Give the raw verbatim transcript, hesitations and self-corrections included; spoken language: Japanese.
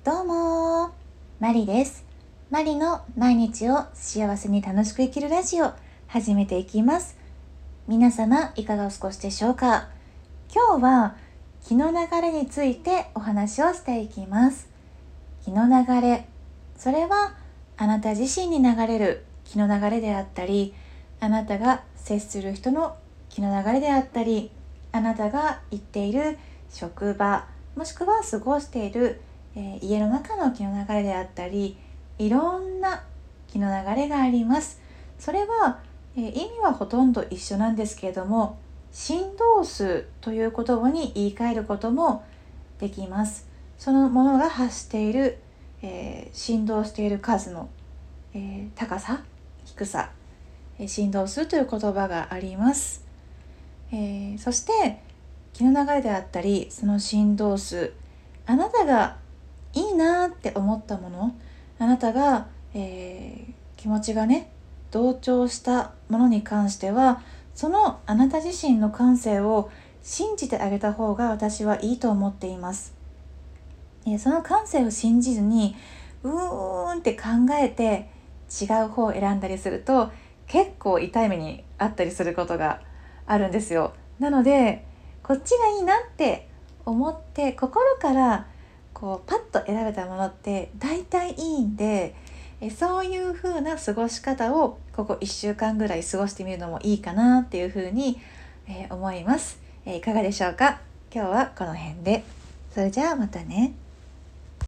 どうもマリです。マリの毎日を幸せに楽しく生きるラジオ始めていきます。皆様いかがお過ごしでしょうか。今日は気の流れについてお話をしていきます。気の流れ、それはあなた自身に流れる気の流れであったり、あなたが接する人の気の流れであったり、あなたが行っている職場もしくは過ごしている、えー、家の中の気の流れであったり、いろんな気の流れがあります。それは、えー、意味はほとんど一緒なんですけれども、振動数という言葉に言い換えることもできます。そのものが発している、えー、振動している数の、えー、高さ、低さ、えー、振動数という言葉があります。えー、そして気の流れであったり、その振動数、あなたがいいなって思ったもの、あなたが、えー、気持ちがね同調したものに関しては、そのあなた自身の感性を信じてあげた方が私はいいと思っています。えー、その感性を信じずにうーんって考えて違う方を選んだりすると、結構痛い目にあったりすることがあるんですよ。なのでこっちがいいなって思って心からこうパッと選べたものって大体いいんで、えそういう風な過ごし方をここいっしゅうかんぐらい過ごしてみるのもいいかなっていう風に、えー思います。えーいかがでしょうか。今日はこの辺で。それじゃあまたね。